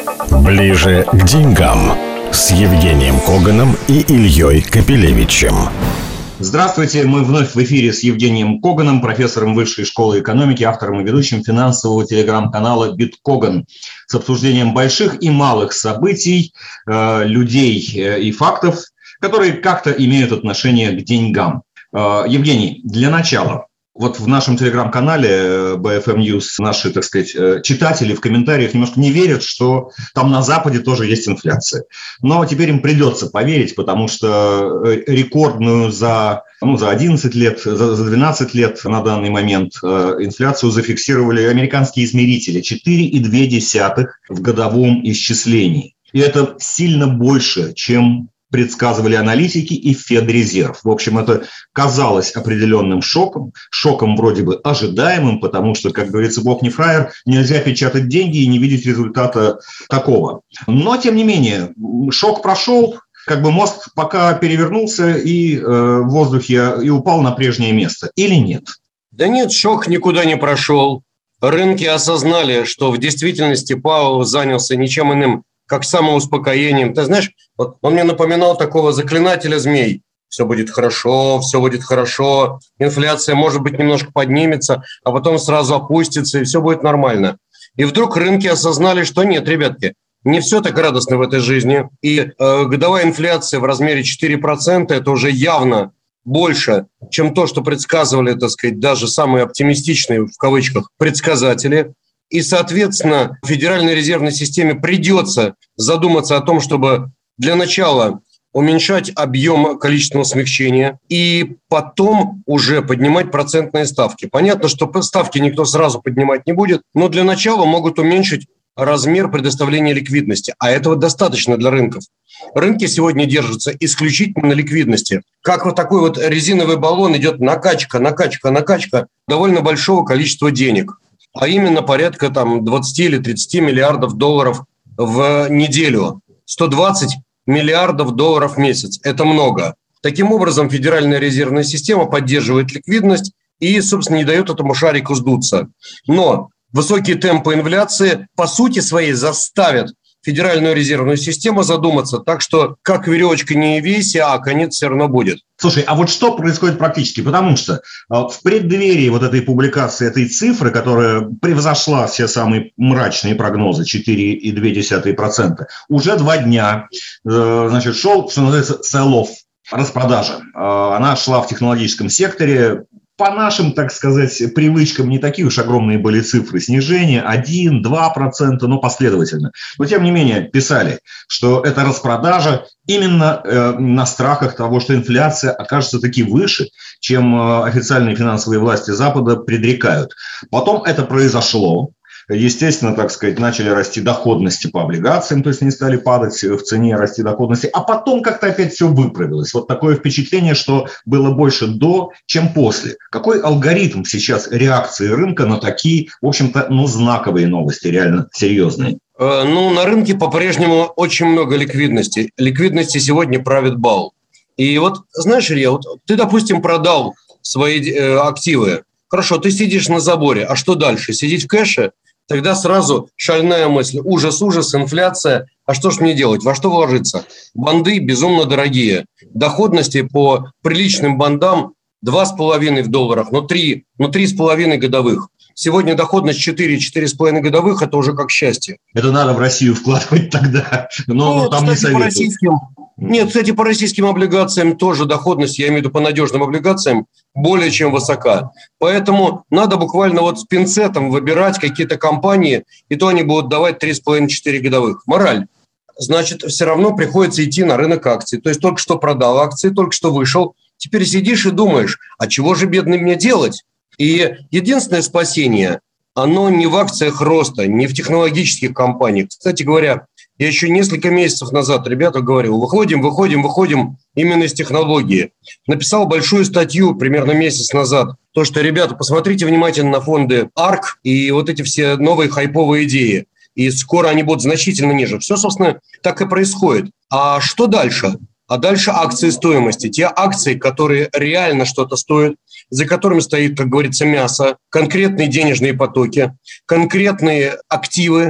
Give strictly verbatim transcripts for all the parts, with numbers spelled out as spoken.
Ближе к деньгам с Евгением Коганом и Ильей Капелевичем. Здравствуйте, мы вновь в эфире с Евгением Коганом, профессором Высшей школы экономики, автором и ведущим финансового телеграм-канала «Биткоган», с обсуждением больших и малых событий, э, людей и фактов, которые как-то имеют отношение к деньгам. Э, Евгений, для начала. Вот в нашем телеграм-канале би эф эм News наши, так сказать, читатели в комментариях немножко не верят, что там на Западе тоже есть инфляция. Но теперь им придется поверить, потому что рекордную за, ну, за одиннадцать лет, за, за двенадцать лет на данный момент инфляцию зафиксировали американские измерители. четыре целых две десятых в годовом исчислении. И это сильно больше, чем предсказывали аналитики и Федрезерв. В общем, это казалось определенным шоком, шоком вроде бы ожидаемым, потому что, как говорится, бог не фраер, нельзя печатать деньги и не видеть результата такого. Но, тем не менее, шок прошел, как бы мозг пока перевернулся и э, в воздухе и упал на прежнее место. Или нет? Да нет, шок никуда не прошел. Рынки осознали, что в действительности Пауэлл занялся ничем иным, как самоуспокоением. Ты знаешь, вот он мне напоминал такого заклинателя змей. Все будет хорошо, все будет хорошо, инфляция, может быть, немножко поднимется, а потом сразу опустится, и все будет нормально. И вдруг рынки осознали, что нет, ребятки, не все так радостно в этой жизни. И э, годовая инфляция в размере четыре процента – это уже явно больше, чем то, что предсказывали, так сказать, даже самые оптимистичные, в кавычках, предсказатели. И, соответственно, Федеральной резервной системе придется задуматься о том, чтобы для начала уменьшать объем количественного смягчения и потом уже поднимать процентные ставки. Понятно, что ставки никто сразу поднимать не будет, но для начала могут уменьшить размер предоставления ликвидности, а этого достаточно для рынков. Рынки сегодня держатся исключительно на ликвидности. Как вот такой вот резиновый баллон идет накачка, накачка, накачка довольно большого количества денег. А именно порядка там двадцать или тридцать миллиардов долларов в неделю. сто двадцать миллиардов долларов в месяц. Это много. Таким образом, Федеральная резервная система поддерживает ликвидность и, собственно, не дает этому шарику сдуться. Но высокие темпы инфляции по сути своей заставят Федеральную резервную систему задуматься, так что как веревочка не вейся, а конец все равно будет. Слушай, а вот что происходит практически? Потому что в преддверии вот этой публикации, этой цифры, которая превзошла все самые мрачные прогнозы, четыре целых две десятых процента, уже два дня, значит, шел, что называется, sell-off, распродажа. Она шла в технологическом секторе. По нашим, так сказать, привычкам не такие уж огромные были цифры снижения, один-два процента, но последовательно. Но, тем не менее, писали, что это распродажа именно э, на страхах того, что инфляция окажется таки выше, чем э, официальные финансовые власти Запада предрекают. Потом это произошло. Естественно, так сказать, начали расти доходности по облигациям, то есть они стали падать в цене, расти доходности, а потом как-то опять все выправилось. Вот такое впечатление, что было больше до, чем после. Какой алгоритм сейчас реакции рынка на такие, в общем-то, ну, знаковые новости, реально серьезные? Ну, на рынке по-прежнему очень много ликвидности. Ликвидности сегодня правит бал. И вот, знаешь, Илья, вот ты, допустим, продал свои э, активы. Хорошо, ты сидишь на заборе, а что дальше? Сидеть в кэше? Тогда сразу шальная мысль. Ужас, ужас, инфляция. А что ж мне делать? Во что вложиться? Банды безумно дорогие. Доходности по приличным бандам два с половиной в долларах, но три, но три с половиной годовых. Сегодня доходность четыре-четыре с половиной годовых – это уже как счастье. Это надо в Россию вкладывать тогда. Но Нет, там кстати, не советуют. По российским, нет, кстати, по российским облигациям тоже доходность, я имею в виду по надежным облигациям, более чем высока. Поэтому надо буквально вот с пинцетом выбирать какие-то компании, и то они будут давать три с половиной-четыре годовых. Мораль. Значит, все равно приходится идти на рынок акций. То есть только что продал акции, только что вышел. Теперь сидишь и думаешь, а чего же, бедный, мне делать? И единственное спасение, оно не в акциях роста, не в технологических компаниях. Кстати говоря, я еще несколько месяцев назад ребята говорил, выходим, выходим, выходим именно из технологии. Написал большую статью примерно месяц назад. То, что, ребята, посмотрите внимательно на фонды АРК и вот эти все новые хайповые идеи. И скоро они будут значительно ниже. Все, собственно, так и происходит. А что дальше? А дальше акции стоимости. Те акции, которые реально что-то стоят, за которыми стоит, как говорится, мясо, конкретные денежные потоки, конкретные активы,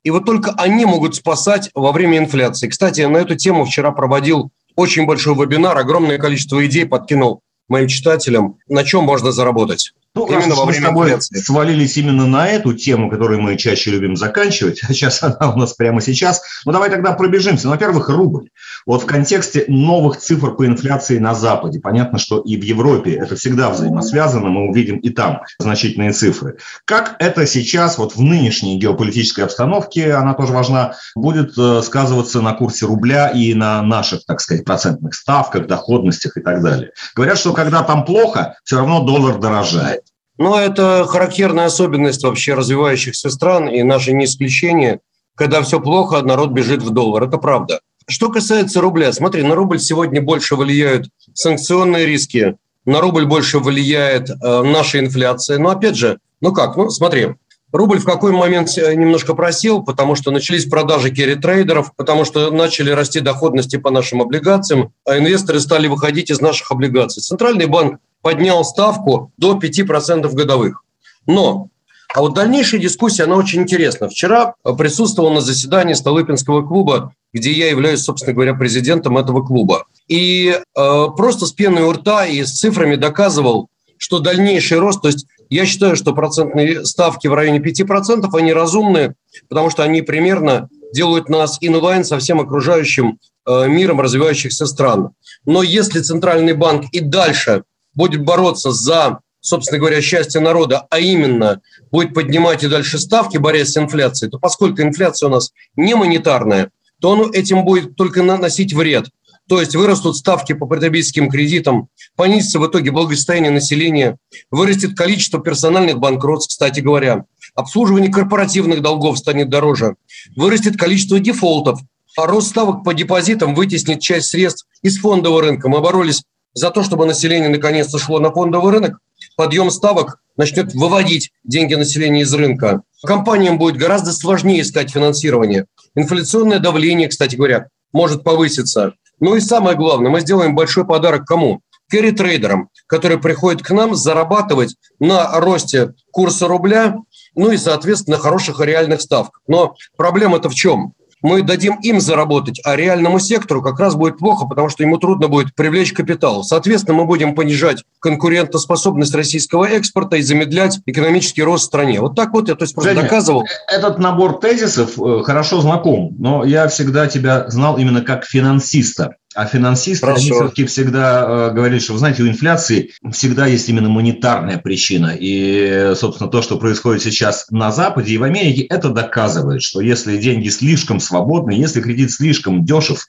И вот только они могут спасать во время инфляции. Кстати, на эту тему вчера проводил очень большой вебинар, огромное количество идей подкинул моим читателям, на чем можно заработать. Ну, именно раз во мы время с тобой инфляции. свалились именно на эту тему, которую мы чаще любим заканчивать, а сейчас она у нас прямо сейчас, ну давай тогда пробежимся. Ну, во-первых, рубль. Вот в контексте новых цифр по инфляции на Западе, понятно, что и в Европе это всегда взаимосвязано, мы увидим и там значительные цифры. Как это сейчас, вот в нынешней геополитической обстановке, она тоже важна, будет сказываться на курсе рубля и на наших, так сказать, процентных ставках, доходностях и так далее? Говорят, что когда там плохо, все равно доллар дорожает. Но это характерная особенность вообще развивающихся стран, и наше не исключение. Когда все плохо, народ бежит в доллар. Это правда. Что касается рубля, смотри, на рубль сегодня больше влияют санкционные риски, на рубль больше влияет э, наша инфляция. Но опять же, ну как, ну смотри, рубль в какой момент немножко просел, потому что начались продажи керри-трейдеров, потому что начали расти доходности по нашим облигациям, а инвесторы стали выходить из наших облигаций. Центральный банк поднял ставку до пяти процентов годовых. Но, а вот дальнейшая дискуссия, она очень интересна. Вчера присутствовал на заседании Столыпинского клуба, где я являюсь, собственно говоря, президентом этого клуба. И э, просто с пеной у рта и с цифрами доказывал, что дальнейший рост, то есть я считаю, что процентные ставки в районе пяти процентов, они разумные, потому что они примерно делают нас инлайн со всем окружающим э, миром развивающихся стран. Но если Центральный банк и дальше будет бороться за, собственно говоря, счастье народа, а именно будет поднимать и дальше ставки, борясь с инфляцией, то поскольку инфляция у нас не монетарная, то он этим будет только наносить вред. То есть вырастут ставки по потребительским кредитам, понизится в итоге благосостояние населения, вырастет количество персональных банкротств, кстати говоря, обслуживание корпоративных долгов станет дороже, вырастет количество дефолтов, а рост ставок по депозитам вытеснит часть средств из фондового рынка. Мы боролись за то, чтобы население наконец-то шло на фондовый рынок, подъем ставок начнет выводить деньги населения из рынка. Компаниям будет гораздо сложнее искать финансирование. Инфляционное давление, кстати говоря, может повыситься. Ну и самое главное, мы сделаем большой подарок кому? Керри-трейдерам, которые приходят к нам зарабатывать на росте курса рубля, ну и, соответственно, хороших и реальных ставках. Но проблема-то в чем? Мы дадим им заработать, а реальному сектору как раз будет плохо, потому что ему трудно будет привлечь капитал. Соответственно, мы будем понижать конкурентоспособность российского экспорта и замедлять экономический рост в стране. Вот так вот я, то есть, просто Женя, доказывал. Этот набор тезисов хорошо знаком, но я всегда тебя знал именно как финансиста. А финансисты, они все-таки всегда э, говорили, что, вы знаете, у инфляции всегда есть именно монетарная причина. И, собственно, то, что происходит сейчас на Западе и в Америке, это доказывает, что если деньги слишком свободны, если кредит слишком дешев,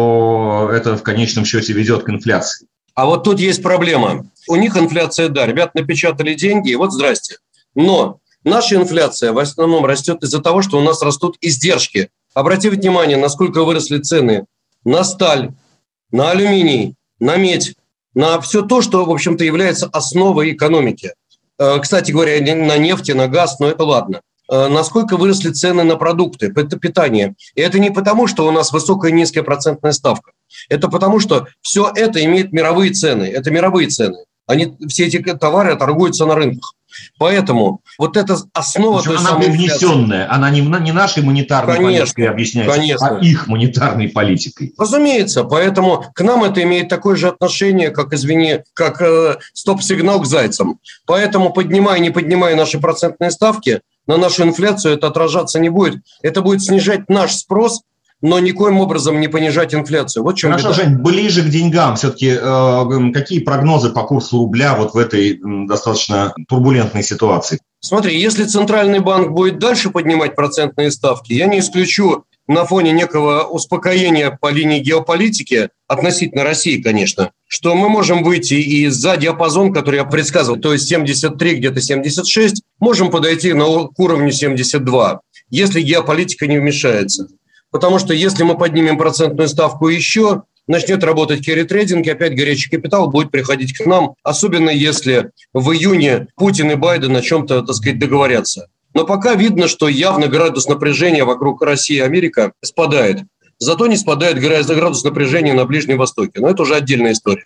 то это в конечном счете ведет к инфляции. А вот тут есть проблема. У них инфляция, да, ребят напечатали деньги, и вот здрасте. Но наша инфляция в основном растет из-за того, что у нас растут издержки. Обратите внимание, насколько выросли цены на сталь, на алюминий, на медь, на все то, что, в общем-то, является основой экономики. Кстати говоря, на нефть, на газ, но это ладно. Насколько выросли цены на продукты, питание. И это не потому, что у нас высокая и низкая процентная ставка. Это потому, что все это имеет мировые цены. Это мировые цены. Они, все эти товары торгуются на рынках. Поэтому вот эта основа... Причем она привнесенная, она не, не нашей монетарной конечно, политикой объясняется, конечно. а их монетарной политикой. Разумеется, поэтому к нам это имеет такое же отношение, как, извини, как э, стоп-сигнал к зайцам. Поэтому, поднимая, не поднимая наши процентные ставки, на нашу инфляцию это отражаться не будет. Это будет снижать наш спрос, но никоим образом не понижать инфляцию. Вот в чем Хорошо, беда. Жень, ближе к деньгам. Все-таки э, какие прогнозы по курсу рубля вот в этой м, достаточно турбулентной ситуации? Смотри, если Центральный банк будет дальше поднимать процентные ставки, я не исключу на фоне некого успокоения по линии геополитики, относительно России, конечно, что мы можем выйти и за диапазон, который я предсказывал, то есть семьдесят три, где-то семьдесят шесть, можем подойти на, к уровню семьдесят два, если геополитика не вмешается. Потому что если мы поднимем процентную ставку еще, начнет работать керри-трейдинг, и опять горячий капитал будет приходить к нам, особенно если в июне Путин и Байден о чем-то, так сказать, договорятся. Но пока видно, что явно градус напряжения вокруг России и Америки спадает. Зато не спадает градус напряжения на Ближнем Востоке. Но это уже отдельная история.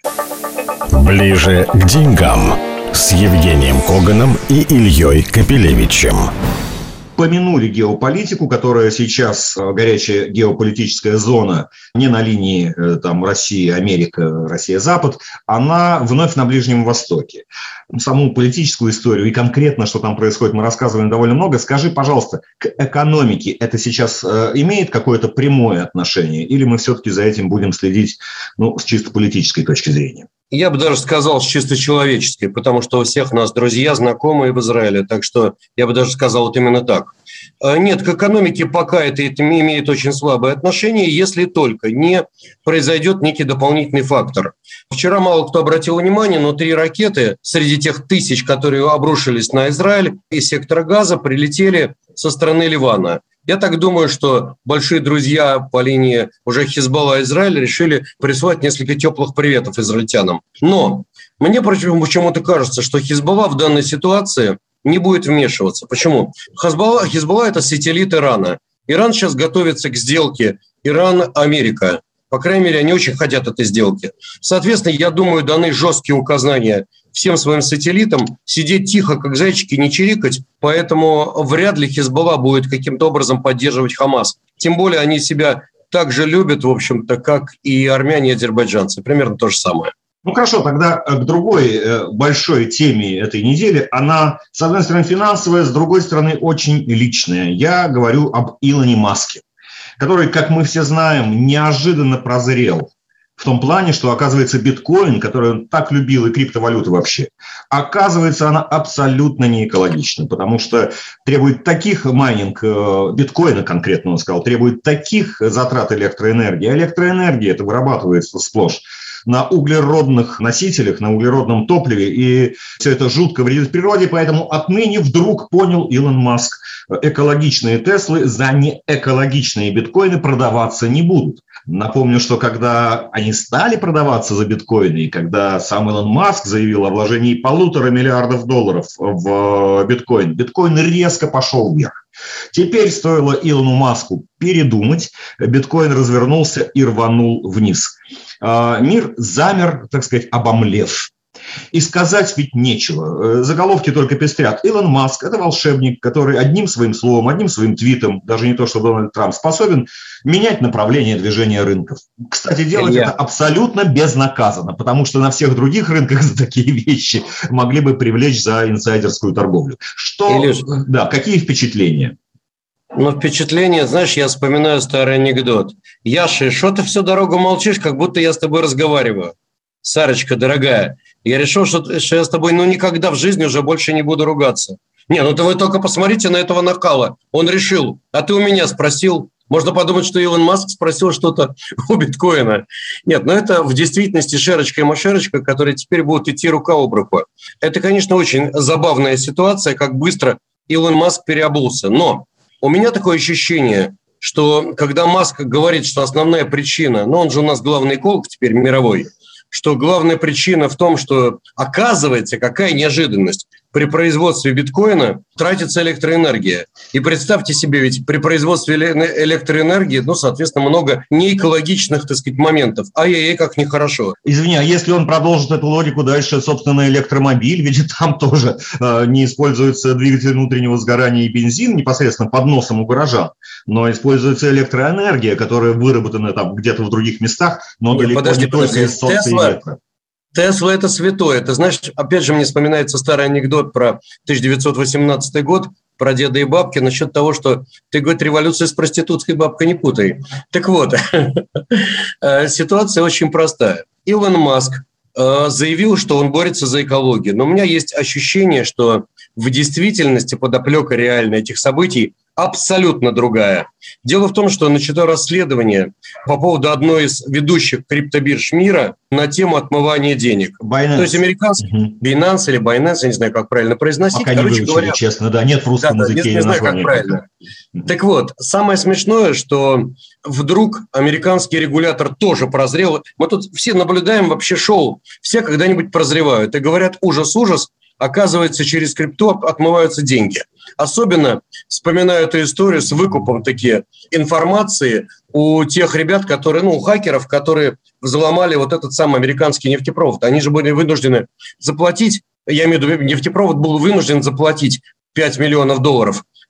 Ближе к деньгам с Евгением Коганом и Ильей Капелевичем. помянули геополитику, которая сейчас горячая геополитическая зона, не на линии там, Россия, Америка, Россия, Запад, она вновь на Ближнем Востоке. Саму политическую историю и конкретно, что там происходит, мы рассказываем довольно много. Скажи, пожалуйста, к экономике это сейчас имеет какое-то прямое отношение, или мы все-таки за этим будем следить, ну, с чисто политической точки зрения? Я бы даже сказал, с чисто человеческой, потому что у всех нас друзья, знакомые в Израиле, так что я бы даже сказал вот именно так. Нет, к экономике пока это имеет очень слабое отношение, если только не произойдет некий дополнительный фактор. Вчера мало кто обратил внимание, но три ракеты среди тех тысяч, которые обрушились на Израиль из сектора Газа, прилетели со стороны Ливана. Я так думаю, что большие друзья по линии уже Хизбалла и Израиля решили прислать несколько теплых приветов израильтянам. Но мне почему-то кажется, что Хизбалла в данной ситуации не будет вмешиваться. Почему? Хизбалла, Хизбалла – это сателлит Ирана. Иран сейчас готовится к сделке Иран-Америка. По крайней мере, они очень хотят этой сделки. Соответственно, я думаю, даны жесткие указания всем своим сателлитам сидеть тихо, как зайчики, не чирикать, поэтому вряд ли Хизбалла будет каким-то образом поддерживать Хамас. Тем более они себя так же любят, в общем-то, как и армяне и азербайджанцы. Примерно то же самое. Ну хорошо, тогда к другой большой теме этой недели. Она, с одной стороны, финансовая, с другой стороны, очень личная. Я говорю об Илоне Маске, который, как мы все знаем, неожиданно прозрел. В том плане, что, оказывается, биткоин, который он так любил, и криптовалюта вообще, оказывается, она абсолютно не экологична, потому что требует таких, майнинг биткоина конкретно, он сказал, требует таких затрат электроэнергии. А электроэнергия это вырабатывается сплошь на углеродных носителях, на углеродном топливе, и все это жутко вредит природе, поэтому отныне вдруг понял Илон Маск, экологичные Теслы за неэкологичные биткоины продаваться не будут. Напомню, что когда они стали продаваться за биткоины, и когда сам Илон Маск заявил о вложении полутора миллиардов долларов в биткоин, биткоин резко пошел вверх. Теперь стоило Илону Маску передумать, биткоин развернулся и рванул вниз. Мир замер, так сказать, обомлев. И сказать ведь нечего. Заголовки только пестрят. Илон Маск – это волшебник, который одним своим словом, одним своим твитом, даже не то, что Дональд Трамп, способен менять направление движения рынков. Кстати, делать Илья. это абсолютно безнаказанно, потому что на всех других рынках за такие вещи могли бы привлечь за инсайдерскую торговлю. Что, Илюш, да, какие впечатления? Ну, впечатление, знаешь, я вспоминаю старый анекдот. Яша, что ты всю дорогу молчишь, как будто я с тобой разговариваю? Сарочка, дорогая, я решил, что, что я с тобой ну никогда в жизни уже больше не буду ругаться. Не, ну вы только посмотрите на этого нахала. Он решил, а ты у меня спросил. Можно подумать, что Илон Маск спросил что-то у биткоина. Нет, но это в действительности шерочка и машерочка, которые теперь будут идти рука об руку. Это, конечно, очень забавная ситуация, как быстро Илон Маск переобулся. Но у меня такое ощущение, что когда Маск говорит, что основная причина, ну он же у нас главный эколог теперь мировой, что главная причина в том, что оказывается, какая неожиданность, при производстве биткоина тратится электроэнергия. И представьте себе, ведь при производстве электроэнергии, ну, соответственно, много неэкологичных, так сказать, моментов. Ай-яй-яй, как нехорошо. Извини, а если он продолжит эту логику дальше, собственно, электромобиль, ведь там тоже э, не используется двигатель внутреннего сгорания и бензин непосредственно под носом у горожан, но используется электроэнергия, которая выработана там где-то в других местах, но Нет, далеко подожди, не подожди. только из солнца и ветра. Тесла – это святое. Ты знаешь, опять же, мне вспоминается старый анекдот про тысяча девятьсот восемнадцатый год, про деда и бабки, насчет того, что ты, говорит, революция с проституцией, бабка, не путай. Так вот, ситуация очень простая. Илон Маск заявил, что он борется за экологию, но у меня есть ощущение, что в действительности подоплека реальная этих событий абсолютно другая. Дело в том, что начато расследование по поводу одной из ведущих криптобирж мира на тему отмывания денег. Binance. То есть американский угу. Binance или Binance, я не знаю, как правильно произносить. Пока Короче не выучили, говоря, честно, да, нет в русском да, языке. Да, не знаю, как правильно. Так вот, самое смешное, что вдруг американский регулятор тоже прозрел. Мы тут все наблюдаем вообще шоу. Все когда-нибудь прозревают и говорят ужас-ужас. Оказывается, через крипту отмываются деньги. Особенно вспоминаю эту историю с выкупом такие информации у тех ребят, которые, ну, у хакеров, которые взломали вот этот самый американский нефтепровод. Они же были вынуждены заплатить, я имею в виду, нефтепровод был вынужден заплатить пять миллионов долларов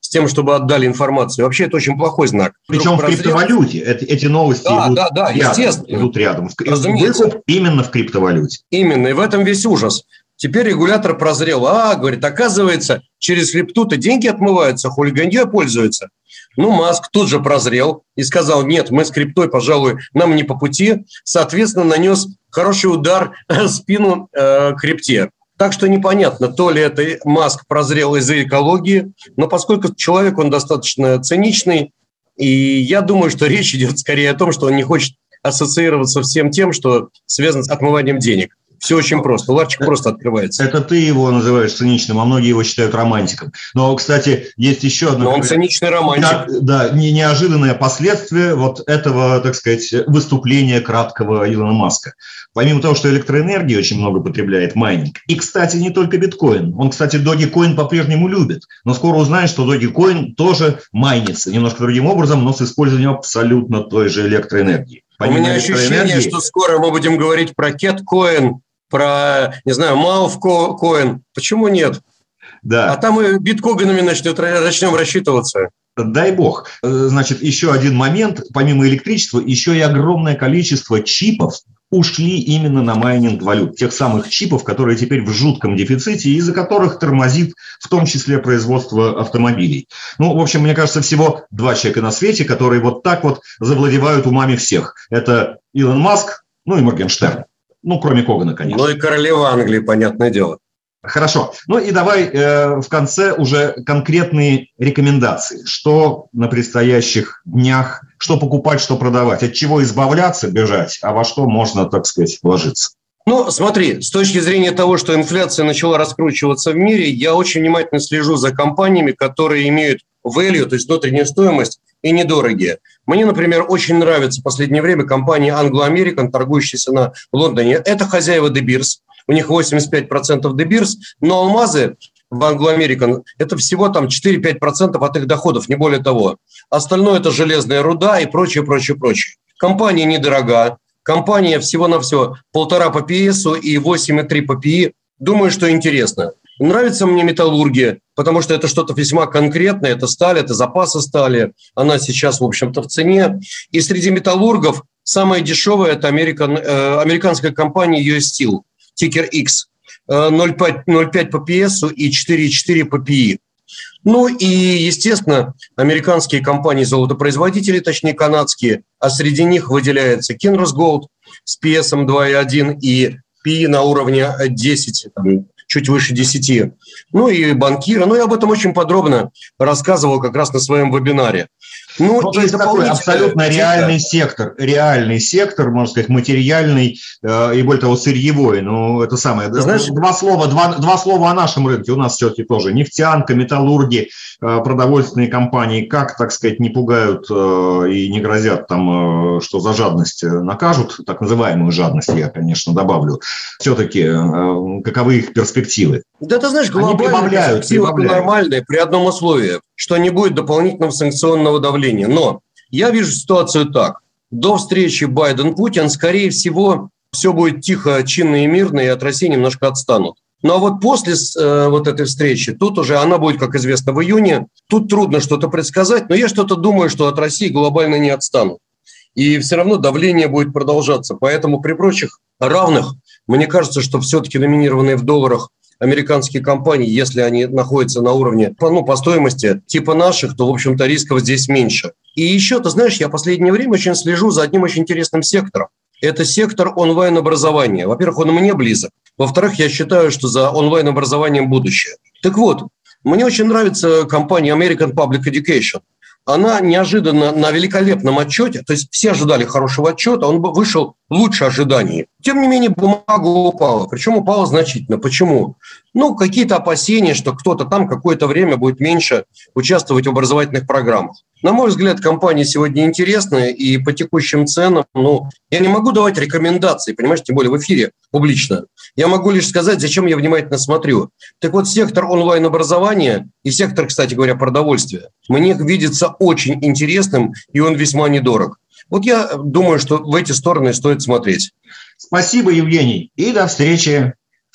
с тем, чтобы отдали информацию. Вообще это очень плохой знак. Причем в криптовалюте. Эти, эти новости да, идут, да, да, рядом, естественно. идут рядом. Разумеется. Выкуп именно в криптовалюте. Именно, и в этом весь ужас. Теперь регулятор прозрел. А, говорит, оказывается, через крипту-то деньги отмываются, хулиганье пользуются. Ну, Маск тут же прозрел и сказал, нет, мы с криптой, пожалуй, нам не по пути. Соответственно, нанес хороший удар в спину э, крипте. Так что непонятно, то ли это Маск прозрел из-за экологии, но поскольку человек, он достаточно циничный, и я думаю, что речь идет скорее о том, что он не хочет ассоциироваться всем тем, что связано с отмыванием денег. Все очень просто. Ларчик это, просто открывается. Это ты его называешь циничным, а многие его считают романтиком. Но, кстати, есть еще одно... Но он циничный романтик. Да, не, неожиданное последствие вот этого, так сказать, выступления краткого Илона Маска. Помимо того, что электроэнергии очень много потребляет майнинг. И, кстати, не только биткоин. Он, кстати, Dogecoin по-прежнему любит. Но скоро узнаешь, что Dogecoin тоже майнится. Немножко другим образом, но с использованием абсолютно той же электроэнергии. Помимо У меня ощущение, что скоро мы будем говорить про Кеткоин, про, не знаю, Малфкоин. Почему нет? Да. А там и биткоинами начнет, начнем рассчитываться. Дай бог. Значит, еще один момент. Помимо электричества, еще и огромное количество чипов ушли именно на майнинг валют. Тех самых чипов, которые теперь в жутком дефиците, из-за которых тормозит в том числе производство автомобилей. Ну, в общем, мне кажется, всего два человека на свете, которые вот так вот завладевают умами всех. Это Илон Маск, ну и Моргенштерн. Ну, кроме Когана, конечно. Ну и королева Англии, понятное дело. Хорошо. Ну и давай э, в конце уже конкретные рекомендации. Что на предстоящих днях, что покупать, что продавать, от чего избавляться, бежать, а во что можно, так сказать, вложиться. Ну, смотри, с точки зрения того, что инфляция начала раскручиваться в мире, я очень внимательно слежу за компаниями, которые имеют value, то есть внутреннюю стоимость, и недорогие. Мне, например, очень нравится в последнее время компания Anglo American, торгующаяся на Лондоне. Это хозяева De Beers. У них восемьдесят пять процентов De Beers, но алмазы в Anglo American – это всего там четыре-пять процентов от их доходов, не более того. Остальное – это железная руда и прочее, прочее, прочее. Компания недорога. Компания всего-навсего полтора по пи эс и восемь и три по пи и. Думаю, что интересно. Нравится мне металлургия, потому что это что-то весьма конкретное. Это сталь, это запасы стали. Она сейчас, в общем-то, в цене. И среди металлургов самая дешевая – это американ, э, американская компания ю эс Steel, тикер X. ноль целых пять по пи эс и четыре целых четыре по пи и. Ну и, естественно, американские компании золотопроизводители, точнее канадские, а среди них выделяется Kinross Gold с пи эс два целых один и пи и на уровне десять, там, чуть выше десяти. Ну и банкиры. Ну, я об этом очень подробно рассказывал как раз на своем вебинаре. Ну, ну, то есть такой абсолютно реальный сектор, реальный сектор, можно сказать, материальный э, и, более того, сырьевой. Ну, это самое. Знаешь, два слова, два, два слова о нашем рынке. У нас все-таки тоже нефтянка, металлурги, э, продовольственные компании. Как, так сказать, не пугают э, и не грозят там, э, что за жадность накажут, так называемую жадность, я, конечно, добавлю. Все-таки э, каковы их перспективы? Да, ты знаешь, глобальная перспектива нормальная при одном условии, что не будет дополнительного санкционного давления. Но я вижу ситуацию так. До встречи Байден-Путин, скорее всего, все будет тихо, чинно и мирно, и от России немножко отстанут. Ну а вот после э, вот этой встречи, тут уже она будет, как известно, в июне. Тут трудно что-то предсказать, но я что-то думаю, что от России глобально не отстанут. И все равно давление будет продолжаться. Поэтому при прочих равных, мне кажется, что все-таки номинированные в долларах американские компании, если они находятся на уровне, ну, по стоимости типа наших, то, в общем-то, рисков здесь меньше. И еще, ты знаешь, я в последнее время очень слежу за одним очень интересным сектором. Это сектор онлайн-образования. Во-первых, он мне близок. Во-вторых, я считаю, что за онлайн-образованием будущее. Так вот, мне очень нравится компания American Public Education. Она неожиданно на великолепном отчете, то есть все ожидали хорошего отчета, он вышел лучше ожиданий. Тем не менее, бумага упала, причем упала значительно. Почему? Ну, какие-то опасения, что кто-то там какое-то время будет меньше участвовать в образовательных программах. На мой взгляд, компания сегодня интересная, и по текущим ценам, ну, я не могу давать рекомендации, понимаешь, тем более в эфире публично. Я могу лишь сказать, зачем я внимательно смотрю. Так вот, сектор онлайн-образования и сектор, кстати говоря, продовольствия мне видится очень интересным, и он весьма недорог. Вот я думаю, что в эти стороны стоит смотреть. Спасибо, Евгений, и до встречи в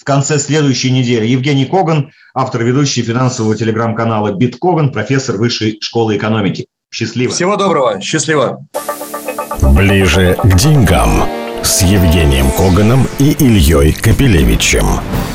конце следующей недели. Евгений Коган, автор, ведущий финансового телеграм-канала «Биткоган», профессор Высшей школы экономики. Счастливо. Всего доброго. Счастливо. Ближе к деньгам с Евгением Коганом и Ильей Капелевичем.